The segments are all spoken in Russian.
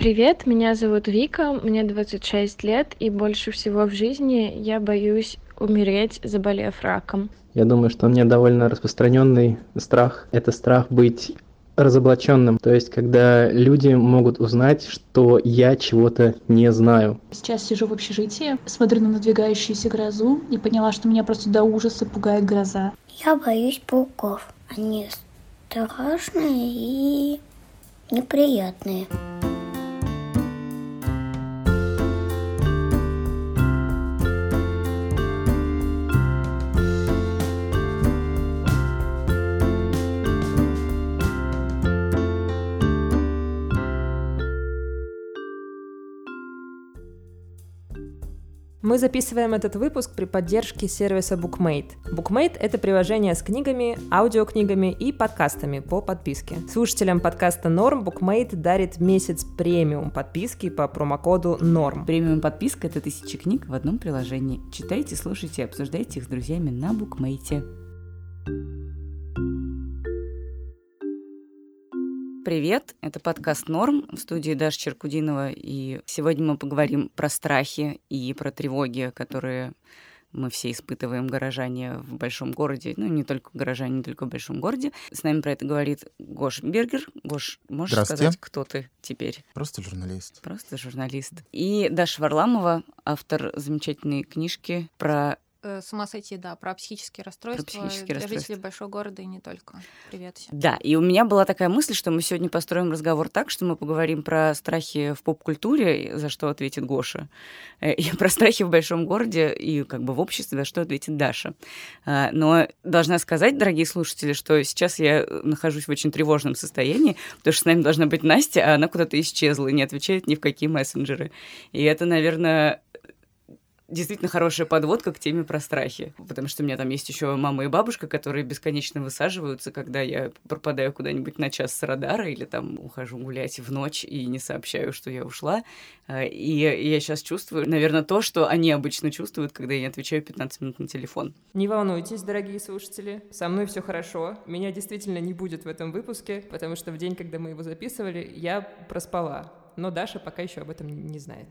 Привет, меня зовут Вика, мне 26 лет, и больше всего в жизни я боюсь умереть, заболев раком. Я думаю, что у меня довольно распространенный страх. Это страх быть разоблаченным. То есть, когда люди могут узнать, что я чего-то не знаю. Сейчас сижу в общежитии, смотрю на надвигающуюся грозу и поняла, что меня просто до ужаса пугает гроза. Я боюсь пауков. Они страшные и неприятные. Мы записываем этот выпуск при поддержке сервиса BookMate. BookMate — это приложение с книгами, аудиокнигами и подкастами по подписке. Слушателям подкаста «Норм» BookMate дарит месяц премиум подписки по промокоду «Норм». Премиум подписка — это 1000 книг в одном приложении. Читайте, слушайте, обсуждайте их с друзьями на BookMate. Привет, это подкаст «Норм», в студии Даша Черкудинова, и сегодня мы поговорим про страхи и про тревоги, которые мы все испытываем, горожане в большом городе, ну, не только горожане, не только в большом городе. С нами про это говорит Гоша Бергер. Гош, можешь сказать, кто ты теперь? Просто журналист. Просто журналист. И Даша Варламова, автор замечательной книжки про... С ума сойти, да, про психические расстройства для жителей большого города и не только. Привет всем. Да, и у меня была такая мысль, что мы сегодня построим разговор так, что мы поговорим про страхи в поп-культуре, за что ответит Гоша, и про страхи в большом городе и как бы в обществе, за что ответит Даша. Но должна сказать, дорогие слушатели, что сейчас я нахожусь в очень тревожном состоянии, потому что с нами должна быть Настя, а она куда-то исчезла и не отвечает ни в какие мессенджеры. И это, наверное... действительно хорошая подводка к теме про страхи, потому что у меня там есть еще мама и бабушка, которые бесконечно высаживаются, когда я пропадаю куда-нибудь на час с радара или там ухожу гулять в ночь и не сообщаю, что я ушла. И я сейчас чувствую, наверное, то, что они обычно чувствуют, когда я не отвечаю 15 минут на телефон. Не волнуйтесь, дорогие слушатели, со мной все хорошо. Меня действительно не будет в этом выпуске, потому что в день, когда мы его записывали, я проспала. Но Даша пока еще об этом не знает.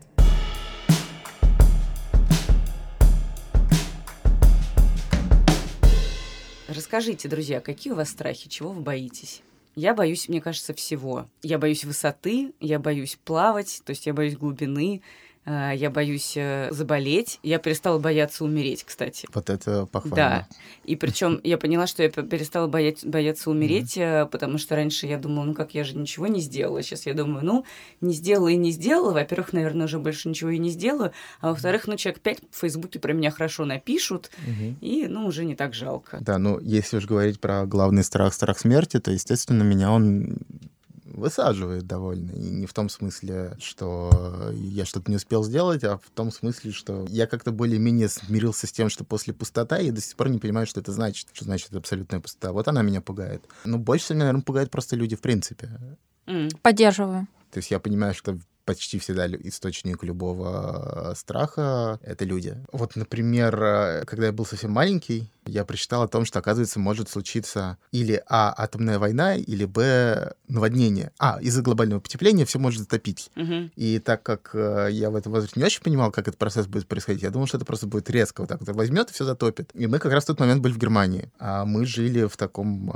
Расскажите, друзья, какие у вас страхи, чего вы боитесь? Я боюсь, мне кажется, всего. Я боюсь высоты, я боюсь плавать, то есть я боюсь глубины, я боюсь заболеть. Я перестала бояться умереть, кстати. Вот это похвально. Да. И причем я поняла, что я перестала бояться умереть, потому что раньше я думала, ну как, я же ничего не сделала. Сейчас я думаю, ну, не сделала и не сделала. Во-первых, наверное, уже больше ничего и не сделаю. А во-вторых, ну, человек 5 в Фейсбуке про меня хорошо напишут, и, ну, уже не так жалко. Да, ну, если уж говорить про главный страх смерти, то, естественно, меня он высаживает довольно. И не в том смысле, что я что-то не успел сделать, а в том смысле, что я как-то более-менее смирился с тем, что после пустота, я до сих пор не понимаю, что это значит. Что значит это абсолютная пустота. Вот она меня пугает. Но больше всего меня, наверное, пугают просто люди в принципе. Поддерживаю. То есть я понимаю, что почти всегда источник любого страха — это люди. Вот, например, когда я был совсем маленький, я прочитал о том, что, оказывается, может случиться или атомная война, или наводнение. Из-за глобального потепления все может затопить. И так как я в этом возрасте не очень понимал, как этот процесс будет происходить, я думал, что это просто будет резко. Вот так вот возьмет и все затопит. И мы как раз в тот момент были в Германии. А мы жили в таком...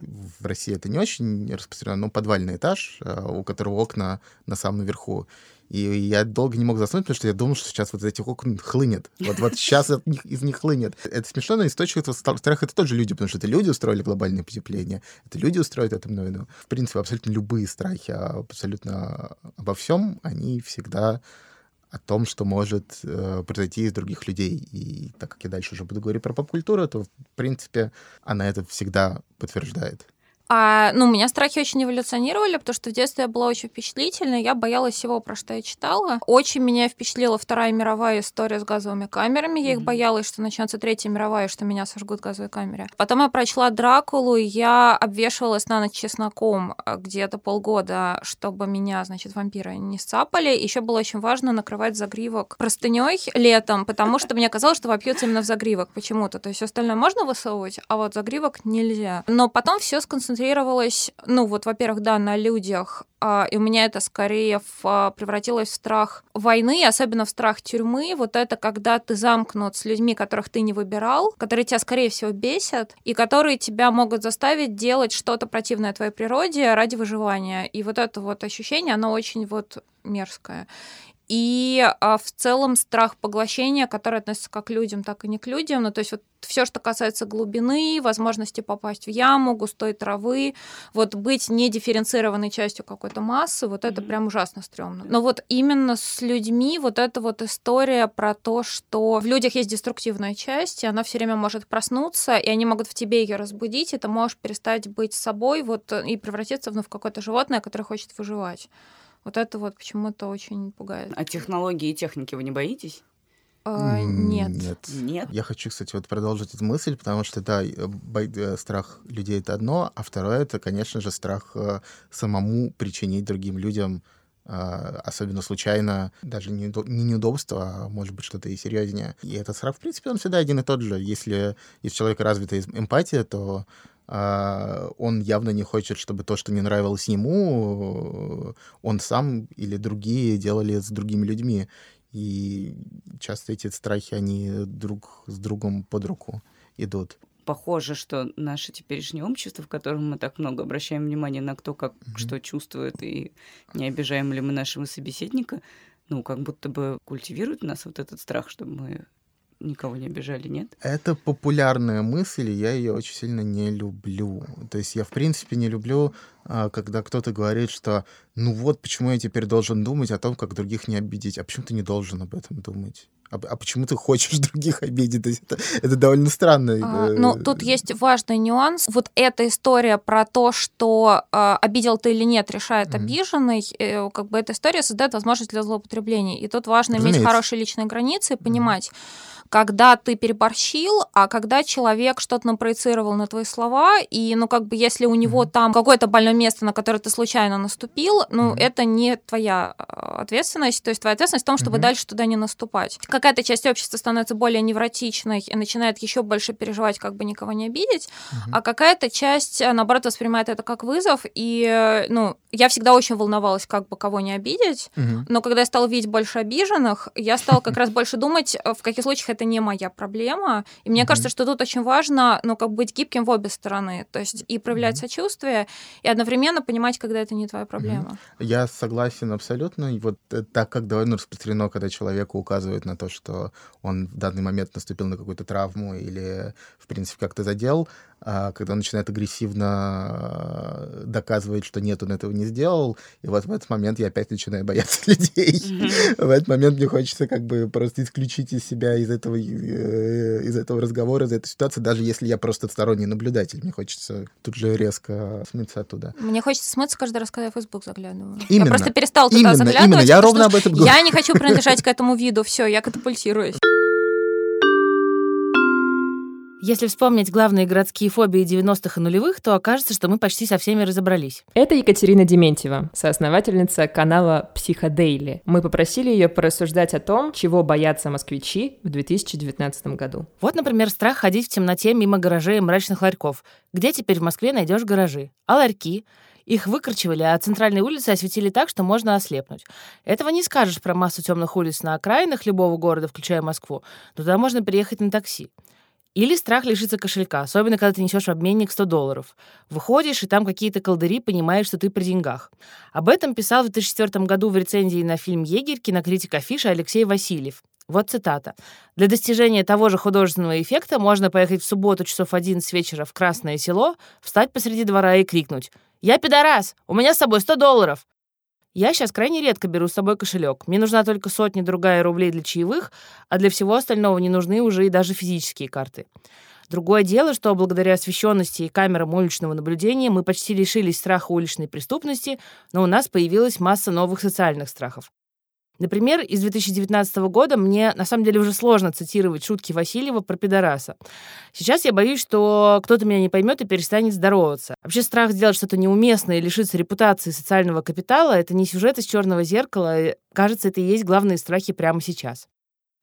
В России это не очень распространено, но подвальный этаж, у которого окна на самом верху. И я долго не мог заснуть, потому что я думал, что сейчас вот из этих окон хлынет. Вот сейчас из них хлынет. Это смешно, но источник этого страха — это тоже люди, потому что это люди устроили глобальное потепление, это люди устроят атомную войну. В принципе, абсолютно любые страхи, абсолютно обо всем, они всегда о том, что может произойти из других людей. И так как я дальше уже буду говорить про поп-культуру, то, в принципе, она это всегда подтверждает. У меня страхи очень эволюционировали, потому что в детстве я была очень впечатлительной, я боялась всего, про что я читала. Очень меня впечатлила Вторая мировая история с газовыми камерами. Я их боялась, что начнется Третья мировая, что меня сожгут в газовой камере. Потом я прочла Дракулу, и я обвешивалась на ночь чесноком где-то полгода, чтобы меня, вампиры не сцапали. Еще было очень важно накрывать загривок простыней летом, потому что мне казалось, что вопьются именно в загривок почему-то. То есть все остальное можно высовывать, а вот загривок нельзя. Но потом все сконцентрировалось концентрировалась, во-первых, да, на людях, и у меня это скорее превратилось в страх войны, особенно в страх тюрьмы. Вот это когда ты замкнут с людьми, которых ты не выбирал, которые тебя, скорее всего, бесят, и которые тебя могут заставить делать что-то противное твоей природе ради выживания. И вот это вот ощущение, оно очень мерзкое. И в целом страх поглощения, который относится как к людям, так и не к людям. То есть вот все, что касается глубины, возможности попасть в яму, густой травы, быть недифференцированной частью какой-то массы, это прям ужасно стрёмно. Но вот именно с людьми эта история про то, что в людях есть деструктивная часть, и она все время может проснуться, и они могут в тебе ее разбудить, и ты можешь перестать быть собой и превратиться в какое-то животное, которое хочет выживать. Вот это почему-то очень пугает. А технологии и техники вы не боитесь? Нет. Нет? Я хочу, кстати, продолжить эту мысль, потому что, да, страх людей — это одно, а второе — это, конечно же, страх самому причинить другим людям, особенно случайно, даже не неудобство, а может быть что-то и серьезнее. И этот страх, в принципе, он всегда один и тот же. Если у человека развита эмпатия, то он явно не хочет, чтобы то, что не нравилось ему, он сам или другие делали с другими людьми. И часто эти страхи, они друг с другом под руку идут. Похоже, что наше теперешнее общество, в котором мы так много обращаем внимание на кто как что чувствует, и не обижаем ли мы нашего собеседника, как будто бы культивирует в нас этот страх, чтобы мы никого не обижали, нет? Это популярная мысль, и я ее очень сильно не люблю. То есть я, в принципе, не люблю, когда кто-то говорит, что почему я теперь должен думать о том, как других не обидеть. А почему ты не должен об этом думать? А почему ты хочешь других обидеть? То есть это довольно странно. Тут есть важный нюанс. Вот эта история про то, что обидел ты или нет, решает обиженный, эта история создает возможность для злоупотребления. И тут важно иметь хорошие личные границы и понимать, когда ты переборщил, а когда человек что-то напроецировал на твои слова, и, если у него там какое-то больное место, на которое ты случайно наступил, это не твоя ответственность, то есть твоя ответственность в том, чтобы дальше туда не наступать. Какая-то часть общества становится более невротичной и начинает еще больше переживать, как бы никого не обидеть, а какая-то часть, наоборот, воспринимает это как вызов, и, я всегда очень волновалась, как бы кого не обидеть, но когда я стала видеть больше обиженных, я стала как раз больше думать, в каких случаях это не моя проблема. И мне кажется, что тут очень важно, быть гибким в обе стороны. То есть и проявлять сочувствие, и одновременно понимать, когда это не твоя проблема. Я согласен абсолютно. И так как довольно распространено, когда человеку указывают на то, что он в данный момент наступил на какую-то травму или, в принципе, как-то задел, когда он начинает агрессивно доказывать, что нет, он этого не сделал, и в этот момент я опять начинаю бояться людей. В этот момент мне хочется просто исключить из себя из этого разговора, из этой ситуации, даже если я просто сторонний наблюдатель. Мне хочется тут же резко смыться оттуда. Мне хочется смыться каждый раз, когда я в Facebook заглядываю. Именно. Я просто перестала туда заглядывать. Именно, я ровно об этом говорю. Я не хочу принадлежать к этому виду, все, я катапультируюсь. Если вспомнить главные городские фобии 90-х и нулевых, то окажется, что мы почти со всеми разобрались. Это Екатерина Дементьева, соосновательница канала «Психодейли». Мы попросили ее порассуждать о том, чего боятся москвичи в 2019 году. Вот, например, страх ходить в темноте мимо гаражей и мрачных ларьков. Где теперь в Москве найдешь гаражи? А ларьки? Их выкорчевали, а центральные улицы осветили так, что можно ослепнуть. Этого не скажешь про массу темных улиц на окраинах любого города, включая Москву. Но туда можно приехать на такси. Или страх лишиться кошелька, особенно когда ты несешь в обменник $100. Выходишь, и там какие-то колдыри, понимаешь, что ты при деньгах. Об этом писал в 2004 году в рецензии на фильм «Егерь» кинокритик афиши Алексей Васильев. Вот цитата. «Для достижения того же художественного эффекта можно поехать в субботу часов 11 вечера в Красное Село, встать посреди двора и крикнуть: «Я пидорас! У меня с собой $100!» Я сейчас крайне редко беру с собой кошелек. Мне нужна только 100-другая рублей для чаевых, а для всего остального не нужны уже и даже физические карты. Другое дело, что благодаря освещенности и камерам уличного наблюдения мы почти лишились страха уличной преступности, но у нас появилась масса новых социальных страхов. Например, из 2019 года мне, на самом деле, уже сложно цитировать шутки Васильева про пидораса. Сейчас я боюсь, что кто-то меня не поймет и перестанет здороваться. Вообще страх сделать что-то неуместное и лишиться репутации социального капитала — это не сюжет из «Черного зеркала». Кажется, это и есть главные страхи прямо сейчас.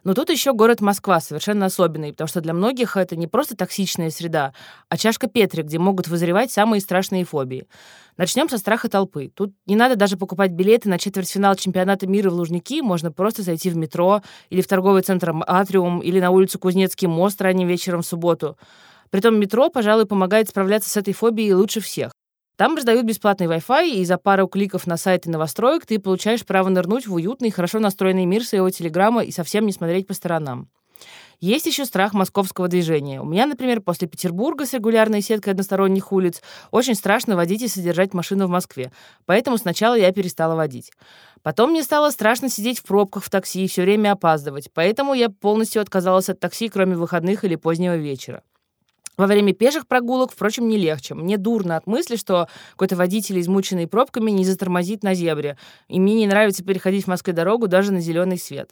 Но тут еще город Москва совершенно особенный, потому что для многих это не просто токсичная среда, а чашка Петри, где могут вызревать самые страшные фобии. Начнем со страха толпы. Тут не надо даже покупать билеты на четвертьфинал чемпионата мира в Лужники, можно просто зайти в метро или в торговый центр «Атриум» или на улицу Кузнецкий мост ранним вечером в субботу. Притом метро, пожалуй, помогает справляться с этой фобией лучше всех. Там раздают бесплатный Wi-Fi, и за пару кликов на сайты новостроек ты получаешь право нырнуть в уютный, хорошо настроенный мир своего телеграмма и совсем не смотреть по сторонам. Есть еще страх московского движения. У меня, например, после Петербурга с регулярной сеткой односторонних улиц очень страшно водить и содержать машину в Москве. Поэтому сначала я перестала водить. Потом мне стало страшно сидеть в пробках в такси и все время опаздывать. Поэтому я полностью отказалась от такси, кроме выходных или позднего вечера. Во время пеших прогулок, впрочем, не легче. Мне дурно от мысли, что какой-то водитель, измученный пробками, не затормозит на зебре. И мне не нравится переходить в Москве дорогу даже на зеленый свет.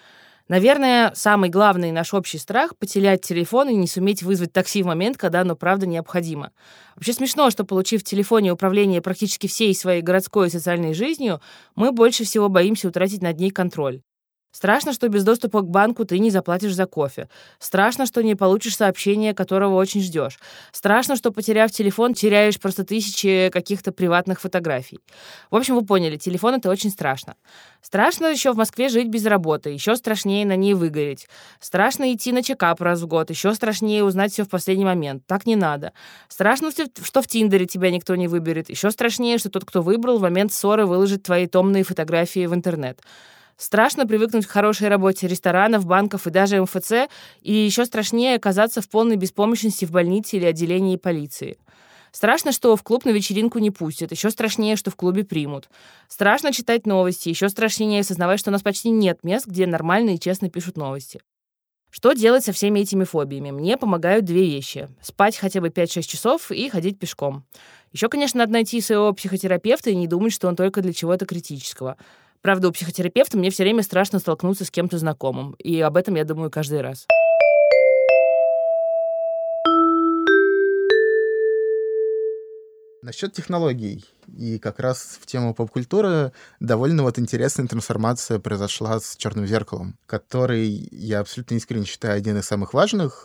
Наверное, самый главный наш общий страх — потерять телефон и не суметь вызвать такси в момент, когда оно правда необходимо. Вообще смешно, что, получив в телефоне управление практически всей своей городской и социальной жизнью, мы больше всего боимся утратить над ней контроль. Страшно, что без доступа к банку ты не заплатишь за кофе. Страшно, что не получишь сообщение, которого очень ждешь. Страшно, что, потеряв телефон, теряешь просто тысячи каких-то приватных фотографий. В общем, вы поняли, телефон — это очень страшно. Страшно еще в Москве жить без работы, еще страшнее на ней выгореть. Страшно идти на чекап раз в год, еще страшнее узнать все в последний момент. Так не надо. Страшно, что в Тиндере тебя никто не выберет. Еще страшнее, что тот, кто выбрал, в момент ссоры выложит твои томные фотографии в интернет. Страшно привыкнуть к хорошей работе ресторанов, банков и даже МФЦ, и еще страшнее оказаться в полной беспомощности в больнице или отделении полиции. Страшно, что в клуб на вечеринку не пустят, еще страшнее, что в клубе примут. Страшно читать новости, еще страшнее осознавать, что у нас почти нет мест, где нормально и честно пишут новости. Что делать со всеми этими фобиями? Мне помогают две вещи. Спать хотя бы 5-6 часов и ходить пешком. Еще, конечно, надо найти своего психотерапевта и не думать, что он только для чего-то критического. Правда, у психотерапевта мне все время страшно столкнуться с кем-то знакомым. И об этом я думаю каждый раз. Насчет технологий. И как раз в тему поп-культуры довольно вот интересная трансформация произошла с «Черным зеркалом», который я абсолютно искренне считаю один из самых важных.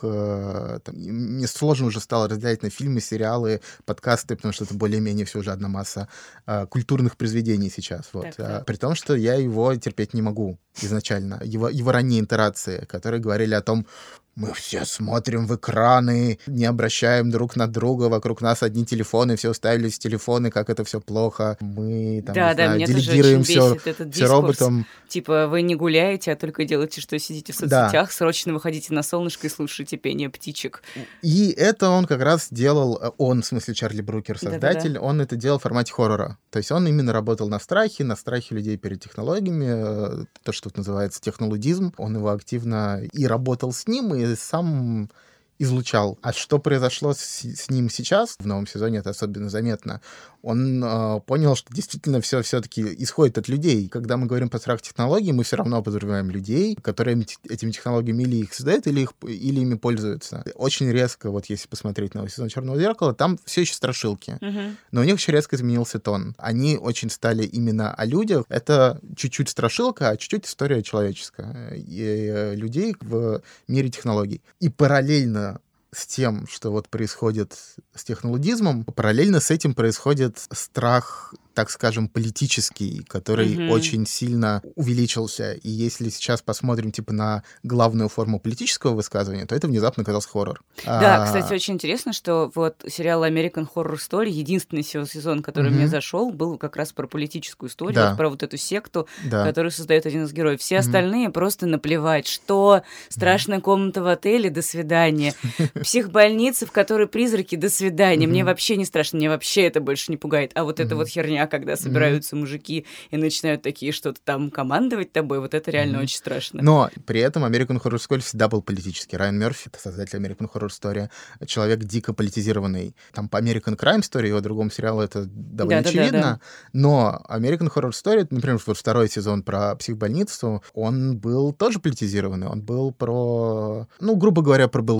Мне сложно уже стало разделять на фильмы, сериалы, подкасты, потому что это более-менее все уже одна масса культурных произведений сейчас. Вот. При том, что я его терпеть не могу изначально. Его ранние итерации, которые говорили о том, мы все смотрим в экраны, не обращаем друг на друга, вокруг нас одни телефоны, все уставились в телефоны, как это все плохо. Мы там, меня делегируем тоже очень бесит этот все дискурс. Роботам. Типа вы не гуляете, а только делаете, что сидите в соцсетях, срочно выходите на солнышко и слушаете пение птичек. И это он как раз делал, в смысле Чарли Брукер, создатель, он это делал в формате хоррора. То есть он именно работал на страхе людей перед технологиями, то, что называется технолудизм. Он его активно и работал с ним, и сам излучал. А что произошло с ним сейчас, в новом сезоне это особенно заметно, он понял, что действительно все все-таки исходит от людей. Когда мы говорим про страх технологий, мы все равно подразумеваем людей, которые этими технологиями или их создают, или ими пользуются. Очень резко, вот если посмотреть новый сезон «Черного зеркала», там все еще страшилки. Но у них очень резко изменился тон. Они очень стали именно о людях. Это чуть-чуть страшилка, а чуть-чуть история человеческая. И людей в мире технологий. И параллельно с тем, что вот происходит с технологизмом, параллельно с этим происходит страх, так скажем, политический, который очень сильно увеличился. И если сейчас посмотрим типа на главную форму политического высказывания, то это внезапно оказался хоррор. Да, кстати, очень интересно, что вот сериал American Horror Story, единственный сезон, который мне зашел, был как раз про политическую историю, про вот эту секту, которую создает один из героев. Все остальные просто наплевать, что страшная комната в отеле, до свидания. Психбольница, в которой призраки, до свидания. Мне вообще не страшно, мне вообще это больше не пугает. А вот эта вот херня, когда собираются мужики и начинают такие что-то там командовать тобой, вот это реально очень страшно. Но при этом American Horror Story всегда был политический. Райан Мерфи, это создатель American Horror Story, человек дико политизированный. Там по American Crime Story, его другому сериалу, это довольно очевидно. Но American Horror Story, например, вот второй сезон про психбольницу, он был тоже политизированный. Он был про, грубо говоря, про Белвью.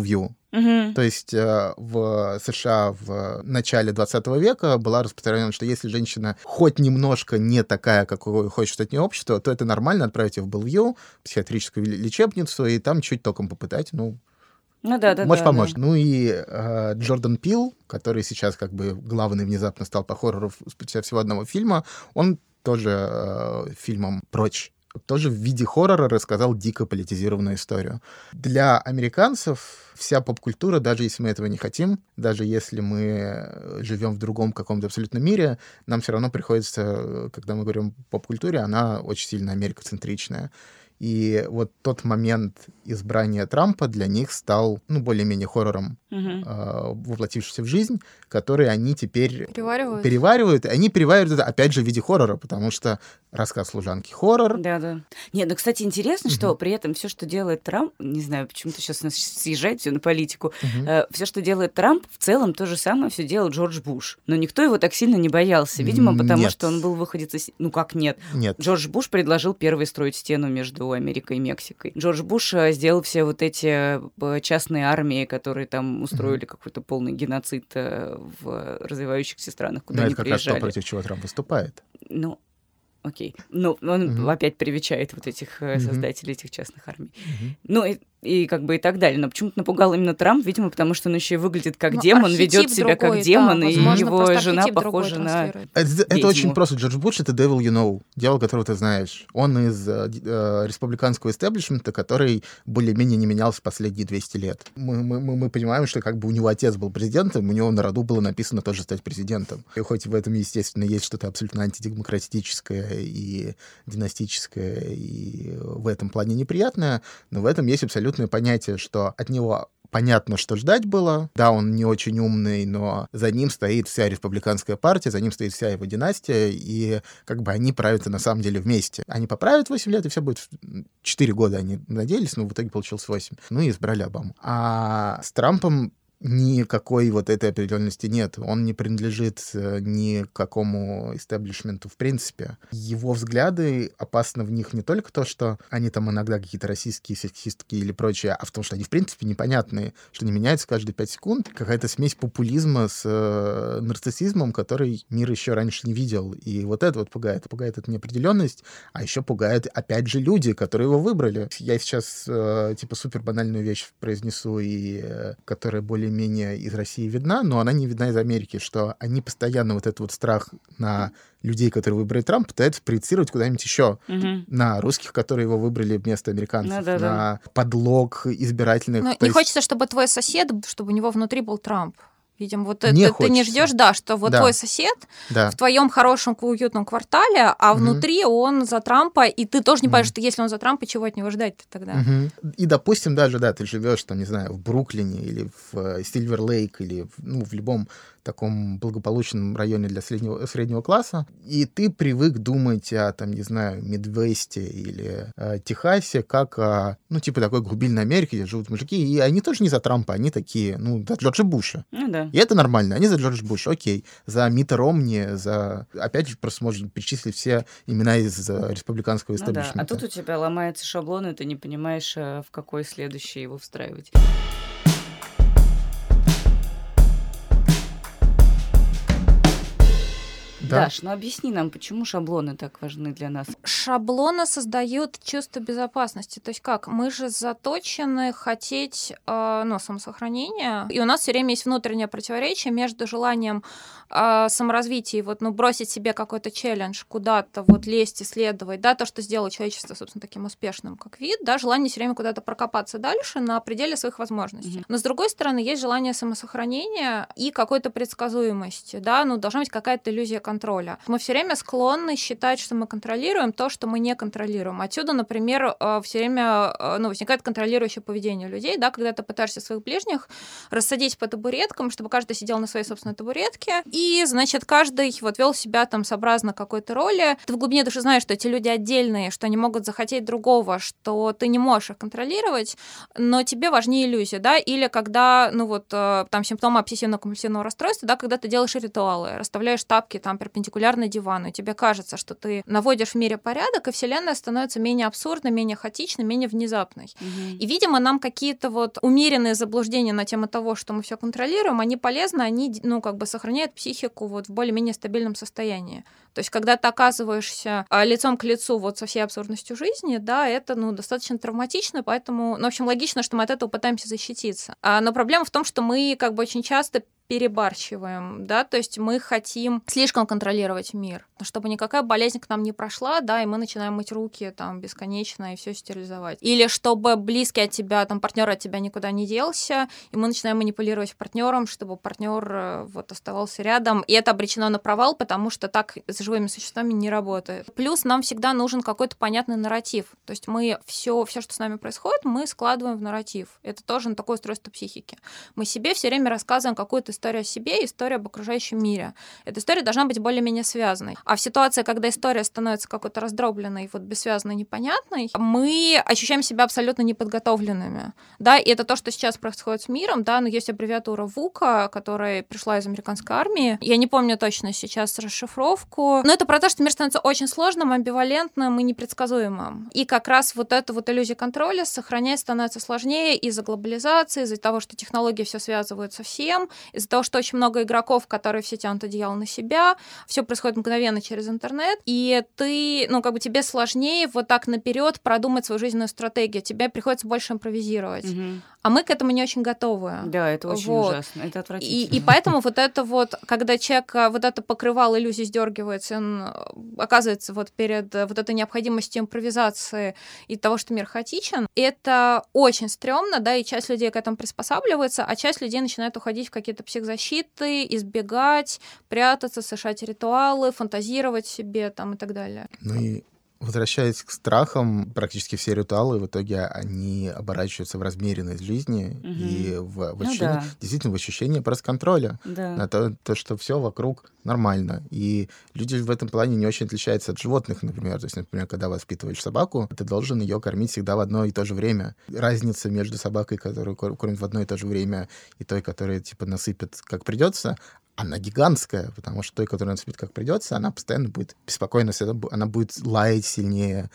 То есть в США в начале 20 века была распространена, что если женщина хоть немножко не такая, какой хочет от нее общество, то это нормально отправить ее в Белвью, психиатрическую лечебницу, и там чуть током попытать, может помочь. Да. Ну и Джордан Пил, который сейчас как бы главный внезапно стал по хоррору спустя всего одного фильма, он тоже фильмом «Прочь» тоже в виде хоррора рассказал дико политизированную историю. Для американцев вся поп-культура, даже если мы этого не хотим, даже если мы живем в другом каком-то абсолютном мире, нам все равно приходится, когда мы говорим о поп-культуре, она очень сильно америкоцентричная. И вот тот момент избрания Трампа для них стал, более-менее хоррором, воплотившимся в жизнь, который они теперь переваривают. Они переваривают это, опять же, в виде хоррора, потому что рассказ служанки — хоррор. Да. Нет, кстати, интересно, что при этом все, что делает Трамп, не знаю, почему-то сейчас у нас съезжает все на политику, все, что делает Трамп, в целом то же самое все делал Джордж Буш. Но никто его так сильно не боялся. Видимо, потому что он был выходец из... как нет? Нет. Джордж Буш предложил первый строить стену между Америкой и Мексикой. Джордж Буш сделал все вот эти частные армии, которые там устроили какой-то полный геноцид в развивающихся странах, куда они приезжали. Это как раз то, против чего Трамп выступает. Окей. Он опять привечает вот этих создателей этих частных армий. И как бы и так далее. Но почему-то напугал именно Трамп, видимо, потому что он еще и выглядит как демон, ведет себя как демон, и его жена похожа на... Это очень просто. Джордж Буш — это devil you know, дьявол, которого ты знаешь. Он из республиканского истеблишмента, который более-менее не менялся последние 200 лет. Мы понимаем, что как бы у него отец был президентом, у него на роду было написано тоже стать президентом. И хоть в этом, естественно, есть что-то абсолютно антидемократическое и династическое, и в этом плане неприятное, но в этом есть абсолютное понятие, что от него понятно, что ждать было. Да, он не очень умный, но за ним стоит вся республиканская партия, за ним стоит вся его династия, и как бы они правят на самом деле вместе. Они поправят 8 лет, и все будет... 4 года они надеялись, но в итоге получилось 8. И избрали Обаму. А с Трампом никакой вот этой определенности нет. Он не принадлежит ни к какому истеблишменту в принципе. Его взгляды, опасно в них не только то, что они там иногда какие-то российские, сексистские или прочее, а в том, что они в принципе непонятные, что они меняются каждые 5 секунд. Какая-то смесь популизма с нарциссизмом, который мир еще раньше не видел. И вот это вот пугает. Пугает эта неопределенность, а еще пугают, опять же, люди, которые его выбрали. Я сейчас супер банальную вещь произнесу, и которая более-менее из России видна, но она не видна из Америки, что они постоянно вот этот вот страх на людей, которые выбрали Трампа, пытаются проецировать куда-нибудь еще. На русских, которые его выбрали вместо американцев, на подлог избирательных. Не хочется, чтобы твой сосед, чтобы у него внутри был Трамп. Видимо, вот ты не ждешь, что вот твой сосед в твоем хорошем, уютном квартале, а внутри он за Трампа, и ты тоже не понимаешь, что если он за Трампа, чего от него ждать тогда? И, допустим, даже, ты живешь, там, не знаю, в Бруклине или в Сильвер-Лейк, или в любом таком благополучном районе для среднего класса, и ты привык думать о, там, не знаю, Мидвесте или Техасе, как о, такой глубинной Америке, где живут мужики, и они тоже не за Трампа, они такие, за Джорджа Буша. И это нормально, они за Джорджа Буша, окей. За Митта Ромни, опять же, просто можно перечислить все имена из республиканского истеблишмента. А тут у тебя ломается шаблон, и ты не понимаешь, в какой следующий его встраивать. Даш, объясни нам, почему шаблоны так важны для нас? Шаблоны создают чувство безопасности. То есть как? Мы же заточены хотеть самосохранения, и у нас все время есть внутреннее противоречие между желанием саморазвития, бросить себе какой-то челлендж, куда-то лезть, исследовать, то, что сделало человечество, собственно, таким успешным, как вид, желание все время куда-то прокопаться дальше на пределе своих возможностей. Но, с другой стороны, есть желание самосохранения и какой-то предсказуемости, должна быть какая-то иллюзия контроля. Мы все время склонны считать, что мы контролируем то, что мы не контролируем. Отсюда, например, все время возникает контролирующее поведение людей, когда ты пытаешься своих ближних рассадить по табуреткам, чтобы каждый сидел на своей собственной табуретке, и, значит, каждый вел себя там сообразно какой-то роли. Ты в глубине души знаешь, что эти люди отдельные, что они могут захотеть другого, что ты не можешь их контролировать, но тебе важнее иллюзия, или когда, там, симптомы обсессивно-компульсивного расстройства, когда ты делаешь ритуалы, расставляешь тапки, там, перпендикулярно дивану. И тебе кажется, что ты наводишь в мире порядок, и Вселенная становится менее абсурдной, менее хаотичной, менее внезапной. И, видимо, нам какие-то вот умеренные заблуждения на тему того, что мы все контролируем, они полезны, они, ну, как бы сохраняют психику вот в более-менее стабильном состоянии. То есть, когда ты оказываешься лицом к лицу вот со всей абсурдностью жизни, да, это, ну, достаточно травматично, поэтому, ну, в общем, логично, что мы от этого пытаемся защититься. Но проблема в том, что мы как бы очень часто перебарщиваем, да, то есть мы хотим слишком контролировать мир, чтобы никакая болезнь к нам не прошла, да, и мы начинаем мыть руки там бесконечно и все стерилизовать. Или чтобы близкий от тебя, там, партнер от тебя никуда не делся, и мы начинаем манипулировать партнером, чтобы партнер вот оставался рядом, и это обречено на провал, потому что так с живыми существами не работает. Плюс нам всегда нужен какой-то понятный нарратив, то есть мы все, что с нами происходит, мы складываем в нарратив. Это тоже такое устройство психики. Мы себе все время рассказываем какую-то историю о себе и историю об окружающем мире. Эта история должна быть более-менее связанной. А в ситуации, когда история становится какой-то раздробленной, вот бессвязной, непонятной, мы ощущаем себя абсолютно неподготовленными. Да, и это то, что сейчас происходит с миром, да, но есть аббревиатура ВУКа, которая пришла из американской армии. Я не помню точно сейчас расшифровку, но это про то, что мир становится очень сложным, амбивалентным и непредсказуемым. И как раз вот эта вот иллюзия контроля сохранять становится сложнее из-за глобализации, из-за того, что технологии все связывают со всем, из-за того, что очень много игроков, которые все тянут одеяло на себя, все происходит мгновенно через интернет, и ты, ну, как бы тебе сложнее вот так наперед продумать свою жизненную стратегию, тебе приходится больше импровизировать. А мы к этому не очень готовы. Да, это очень ужасно, это отвратительно. И поэтому вот это вот, когда человек вот это покрывало иллюзий сдергивается, он оказывается вот перед вот этой необходимостью импровизации и того, что мир хаотичен, это очень стрёмно, да, и часть людей к этому приспосабливается, а часть людей начинает уходить в какие-то психзащиты, избегать, прятаться, совершать ритуалы, фантазировать себе там и так далее. Ну и возвращаясь к страхам, практически все ритуалы в итоге они оборачиваются в размеренность жизни и в ощущение, действительно в ощущение просто контроля на то, что все вокруг нормально. И люди в этом плане не очень отличаются от животных, например. То есть, например, когда воспитываешь собаку, ты должен ее кормить всегда в одно и то же время. Разница между собакой, которую кормят в одно и то же время, и той, которая типа насыпет как придется, она гигантская, потому что той, которая насыпет как придется, она постоянно будет беспокойна, она будет лаять сильнее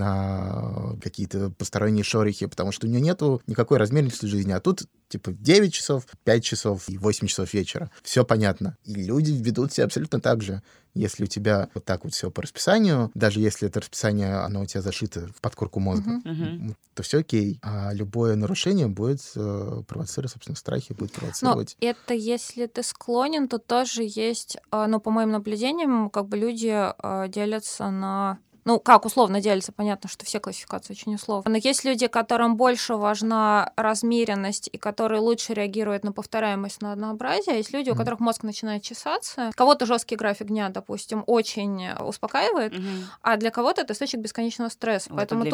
на какие-то посторонние шорохи, потому что у нее нету никакой размеренности жизни. А тут типа 9 часов, 5 часов и 8 часов вечера. Все понятно. И люди ведут себя абсолютно так же. Если у тебя вот так вот все по расписанию, даже если это расписание, оно у тебя зашито в подкорку мозга, то все окей. А любое нарушение будет провоцировать, собственно, страхи, будет провоцировать. Но это если ты склонен, то тоже есть, ну, по моим наблюдениям, как бы люди делятся на... Ну, как условно делятся, понятно, что все классификации очень условно. Но есть люди, которым больше важна размеренность и которые лучше реагируют на повторяемость, на однообразие. А есть люди, у которых мозг начинает чесаться. Кого-то жесткий график дня, допустим, очень успокаивает, а для кого-то это источник бесконечного стресса. Вот. Поэтому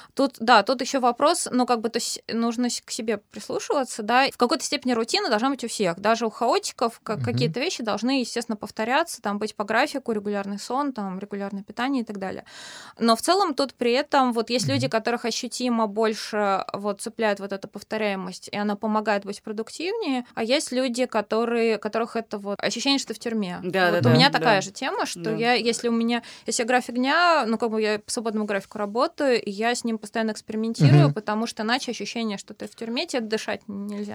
тут еще вопрос, ну, как бы, то есть нужно к себе прислушиваться, да. В какой-то степени рутина должна быть у всех. Даже у хаотиков какие-то вещи должны, естественно, повторяться, там, быть по графику, регулярный сон, там, регулярное питание и так далее. Но в целом тут при этом вот есть люди, которых ощутимо больше вот цепляет вот эта повторяемость, и она помогает быть продуктивнее, а есть люди, которых это вот ощущение, что в тюрьме. У меня такая же тема, что если график дня, ну как бы я по свободному графику работаю, и я с ним постоянно экспериментирую, потому что иначе ощущение, что ты в тюрьме, тебе дышать нельзя.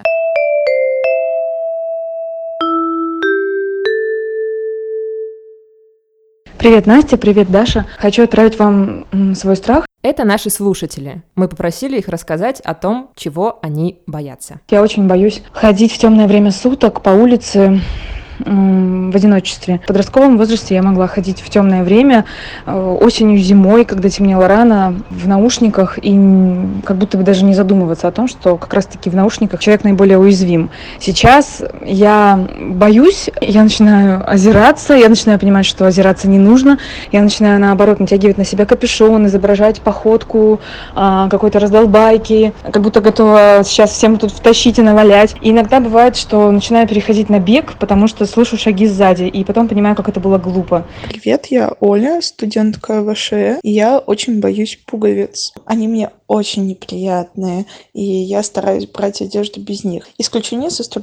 Привет, Настя, привет, Даша. Хочу отправить вам свой страх. Это наши слушатели. Мы попросили их рассказать о том, чего они боятся. Я очень боюсь ходить в темное время суток по улице в одиночестве. В подростковом возрасте я могла ходить в темное время, осенью, зимой, когда темнело рано, в наушниках, и как будто бы даже не задумываться о том, что как раз-таки в наушниках человек наиболее уязвим. Сейчас я боюсь, я начинаю озираться, я начинаю понимать, что озираться не нужно, я начинаю, наоборот, натягивать на себя капюшон, изображать походку, какой-то раздолбайки, как будто готова сейчас всем тут втащить и навалять. И иногда бывает, что начинаю переходить на бег, потому что слышу шаги сзади, и потом понимаю, как это было глупо. Привет, я Оля, студентка ВШЭ, и я очень боюсь пуговиц. Они мне очень неприятные, и я стараюсь брать одежду без них. Исключение составляют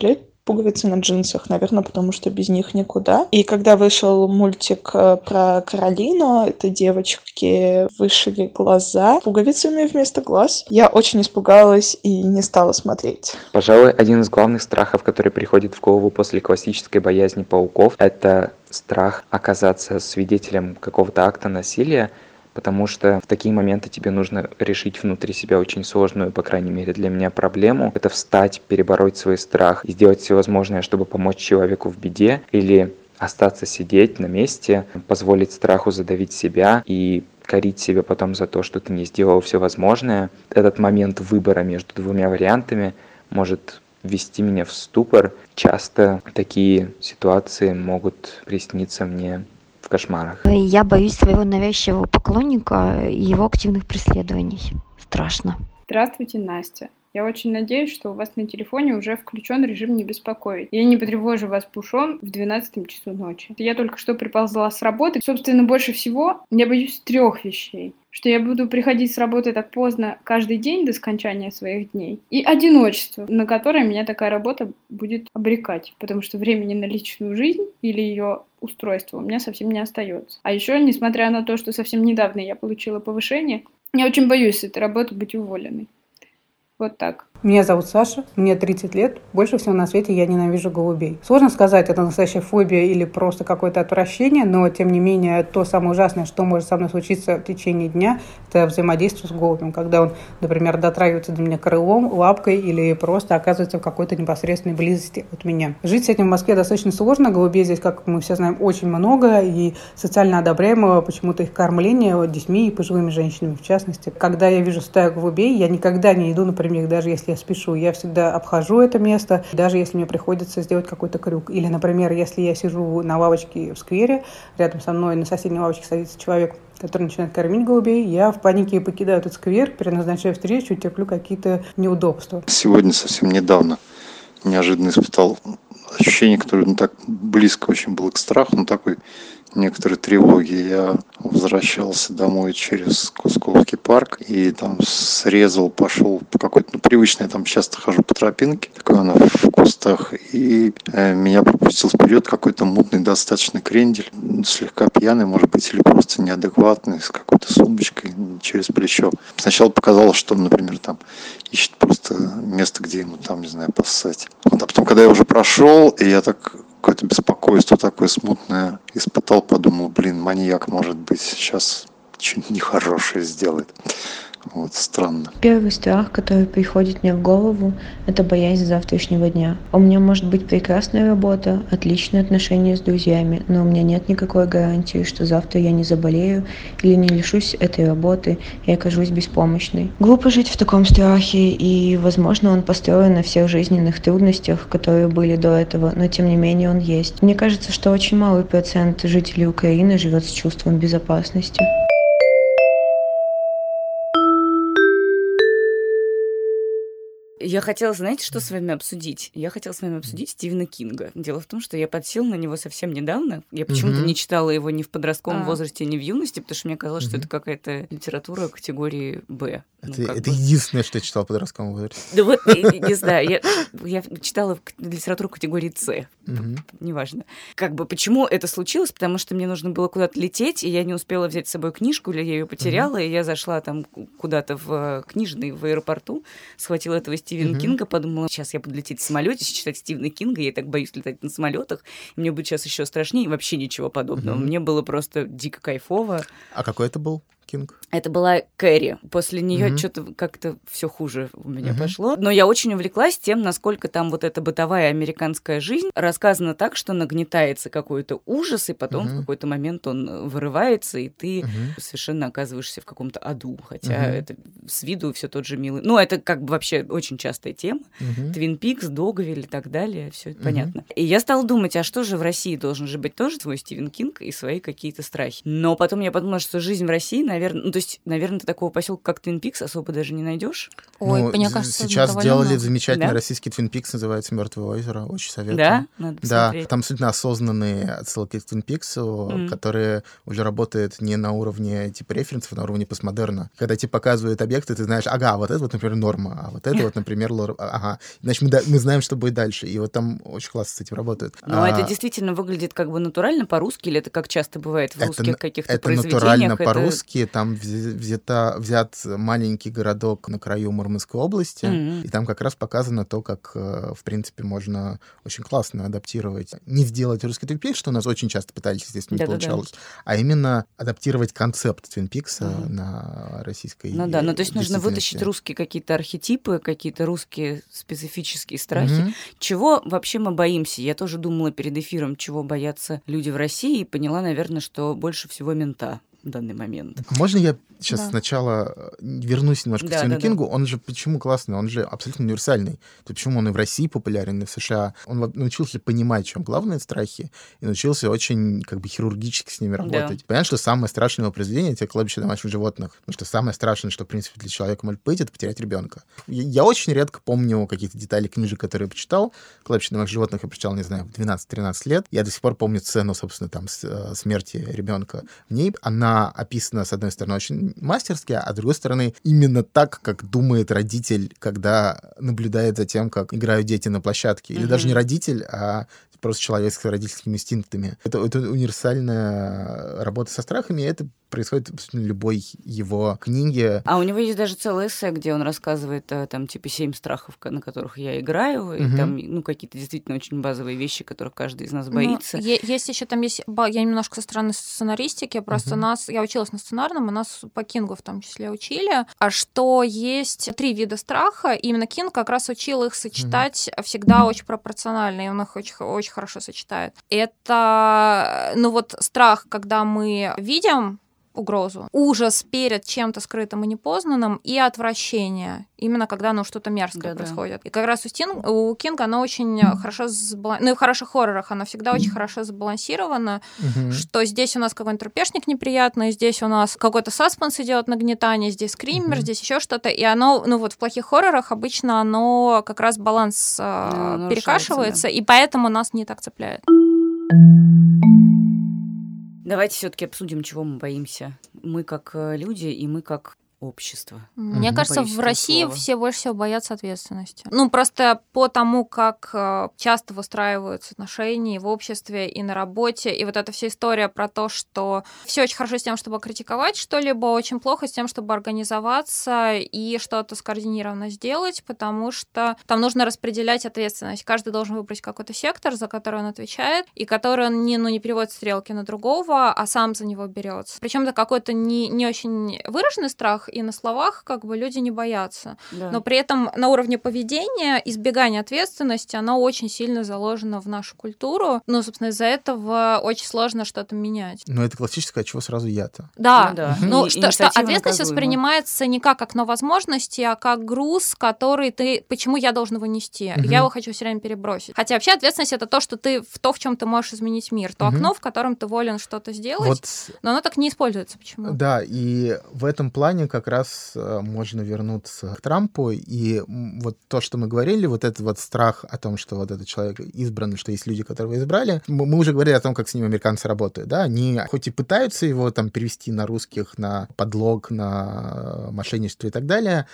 пуговицы на джинсах, наверное, потому что без них никуда. И когда вышел мультик про Каролину, этой девочке вышили глаза пуговицами вместо глаз. Я очень испугалась и не стала смотреть. Пожалуй, один из главных страхов, который приходит в голову после классической боязни пауков, это страх оказаться свидетелем какого-то акта насилия, потому что в такие моменты тебе нужно решить внутри себя очень сложную, по крайней мере для меня, проблему. Это встать, перебороть свой страх и сделать все возможное, чтобы помочь человеку в беде, или остаться сидеть на месте, позволить страху задавить себя и корить себя потом за то, что ты не сделал все возможное. Этот момент выбора между двумя вариантами может ввести меня в ступор. Часто такие ситуации могут присниться мне в кошмарах. Я боюсь своего навязчивого поклонника и его активных преследований. Страшно. Здравствуйте, Настя. Я очень надеюсь, что у вас на телефоне уже включен режим «Не беспокоить». Я не потревожу вас пушом в 12 часу ночи. Я только что приползла с работы. Собственно, больше всего я боюсь 3 вещей. Что я буду приходить с работы так поздно каждый день до скончания своих дней. И одиночество, на которое меня такая работа будет обрекать. Потому что времени на личную жизнь или ее устройство у меня совсем не остается. А еще, несмотря на то, что совсем недавно я получила повышение, я очень боюсь с этой работы быть уволенной. Вот так. Меня зовут Саша, мне 30 лет. Больше всего на свете я ненавижу голубей. Сложно сказать, это настоящая фобия или просто какое-то отвращение, но, тем не менее, то самое ужасное, что может со мной случиться в течение дня, это взаимодействие с голубем. Когда он, например, дотрагивается до меня крылом, лапкой или просто оказывается в какой-то непосредственной близости от меня. Жить с этим в Москве достаточно сложно. Голубей здесь, как мы все знаем, очень много, и социально одобряемого почему-то их кормление детьми и пожилыми женщинами, в частности. Когда я вижу стаю голубей, я никогда не иду, например, даже если я спешу, я всегда обхожу это место, даже если мне приходится сделать какой-то крюк. Или, например, если я сижу на лавочке в сквере, рядом со мной на соседней лавочке садится человек, который начинает кормить голубей, я в панике покидаю этот сквер, переназначаю встречу, терплю какие-то неудобства. Сегодня совсем недавно неожиданно испытал ощущение, которое так близко очень было к страху, но такой некоторой тревоги. Я возвращался домой через Кусковский парк и там срезал, пошел по какой-то привычной, там часто хожу по тропинке, такой она в кустах, и меня пропустил вперед какой-то мутный достаточно крендель, слегка пьяный, может быть, или просто неадекватный, с какой-то сумочкой через плечо. Сначала показалось, что он, например, там ищет просто место, где ему там, не знаю, поссать. Вот, а потом, когда я уже прошел, и я так какое-то беспокойство такое смутное испытал, подумал, маньяк, может быть, сейчас что-нибудь нехорошее сделает. Вот, странно. Первый страх, который приходит мне в голову, это боязнь завтрашнего дня. У меня может быть прекрасная работа, отличные отношения с друзьями, но у меня нет никакой гарантии, что завтра я не заболею или не лишусь этой работы и окажусь беспомощной. Глупо жить в таком страхе, и, возможно, он построен на всех жизненных трудностях, которые были до этого, но тем не менее он есть. Мне кажется, что очень малый процент жителей Украины живет с чувством безопасности. Я хотела, знаете, что с вами обсудить? Я хотела с вами обсудить Стивена Кинга. Дело в том, что я подсела на него совсем недавно. Я почему-то не читала его ни в подростковом возрасте, ни в юности, потому что мне казалось, что это какая-то литература категории «Б». Это единственное, что я читала в подростковом возрасте. Да вот, не знаю, я читала литературу категории «С». Неважно. Почему это случилось? Потому что мне нужно было куда-то лететь, и я не успела взять с собой книжку, или я ее потеряла, и я зашла там куда-то в книжный в аэропорту, схватила этого Стивена Кинга, подумала, сейчас я буду лететь в самолете, читать Стивена Кинга, я так боюсь летать на самолетах, и мне будет сейчас еще страшнее, и вообще ничего подобного. Мне было просто дико кайфово. А какой это был Кинг? Это была Кэрри. После нее что-то как-то все хуже у меня пошло. Но я очень увлеклась тем, насколько там вот эта бытовая американская жизнь рассказана так, что нагнетается какой-то ужас, и потом в какой-то момент он вырывается, и ты совершенно оказываешься в каком-то аду. Хотя это с виду все тот же милый. Ну, это вообще очень частая тема. Твин Пикс, Догвиль и так далее. Все это понятно. И я стала думать, а что же в России должен же быть тоже свой Стивен Кинг и свои какие-то страхи. Но потом я подумала, что жизнь в России, наверное... Ну, то есть, наверное, ты такого поселка, как Твин Пикс, особо даже не найдешь. Ой, Ну, мне кажется, сейчас довольно сделали много. замечательный Да? российский Твин Пикс, называется «Мертвое озеро». Очень советую. Да? Надо Да, посмотреть. там абсолютно осознанные отсылки к Твин Пиксу, которые уже работают не на уровне типа референсов, а на уровне постмодерна. Когда тебе показывают объекты, ты знаешь, ага, вот это вот, например, норма, а вот это вот, например, ага. Значит, мы знаем, что будет дальше. И вот там очень классно с этим работают. Но это действительно выглядит как бы натурально по-русски, или это как часто бывает в русских каких-то произведениях? Это натурально по-русски. Там взят маленький городок на краю Мурманской области, и там как раз показано то, как, в принципе, можно очень классно адаптировать. Не сделать русский Твин Пикс, что у нас очень часто пытались, естественно, не получалось, а именно адаптировать концепт Твин Пикса на российской Ну да, то есть нужно вытащить русские какие-то архетипы, какие-то русские специфические страхи. Чего вообще мы боимся? Я тоже думала перед эфиром, чего боятся люди в России, и поняла, наверное, что больше всего мента в данный момент. Можно я сейчас сначала вернусь немножко к Стивену Кингу? Он же почему классный? Он же абсолютно универсальный. То почему он и в России популярен, и в США? Он научился понимать, в чем главные страхи, и научился очень как бы хирургически с ними работать. Понятно, что самое страшное его произведение — это «Кладбище домашних животных». Потому что самое страшное, что, в принципе, для человека может быть, это потерять ребенка. Я очень редко помню какие-то детали книжек, которые я почитал. «Кладбище домашних животных» я прочитал, не знаю, в 12-13 лет. Я до сих пор помню сцену, собственно, там, смерти ребенка. В ней она описана, с одной стороны, очень мастерски, а с другой стороны, именно так, как думает родитель, когда наблюдает за тем, как играют дети на площадке. Или даже не родитель, а просто человек с родительскими инстинктами. Это универсальная работа со страхами, и это происходит в абсолютно любой его книге. А у него есть даже целый эссе, где он рассказывает там типа 7 страхов, на которых я играю, и там, ну, какие-то действительно очень базовые вещи, которых каждый из нас боится. Есть еще там я немножко со стороны сценаристики, просто я училась на сценарном, и нас по Кингу в том числе учили, что есть 3 вида страха, и именно Кинг как раз учил их сочетать всегда очень пропорционально, и он их очень хорошо сочетает. Это, ну вот, страх, когда мы видим угрозу, ужас перед чем-то скрытым и непознанным, и отвращение, именно когда что-то мерзкое происходит. И как раз у Кинга оно очень хорошо ну и в хороших хоррорах оно всегда очень хорошо сбалансировано, что здесь у нас какой-нибудь трупешник неприятный, здесь у нас какой-то саспенс идет, нагнетание, здесь скример, здесь еще что-то, и оно, ну вот в плохих хоррорах обычно оно как раз баланс перекашивается, и поэтому нас не так цепляет. Давайте все-таки обсудим, чего мы боимся. Мы как люди и мы как общество. Мне кажется, в России все больше всего боятся ответственности. Ну, просто по тому, как часто выстраиваются отношения в обществе и на работе, и вот эта вся история про то, что все очень хорошо с тем, чтобы критиковать что-либо, очень плохо с тем, чтобы организоваться и что-то скоординированно сделать, потому что там нужно распределять ответственность. Каждый должен выбрать какой-то сектор, за который он отвечает, и который он не переводит стрелки на другого, а сам за него берется. Причем это какой-то не очень выраженный страх, и на словах как бы люди не боятся. Да. Но при этом на уровне поведения избегание ответственности, оно очень сильно заложено в нашу культуру. Ну, собственно, из-за этого очень сложно что-то менять. Но это классическое, чего сразу я-то. Да. Ну, что ответственность воспринимается не как окно возможностей, а как груз, который почему я должен его нести? Я его хочу все время перебросить. Хотя вообще ответственность — это то, что ты в чем ты можешь изменить мир. То окно, в котором ты волен что-то сделать, но оно так не используется. Почему? Да, и в этом плане как раз можно вернуться к Трампу, и вот то, что мы говорили, вот этот вот страх о том, что вот этот человек избран, что есть люди, которого избрали, мы уже говорили о том, как с ним американцы работают, да, они хоть и пытаются его там перевести на русских, на подлог, на мошенничество и так далее,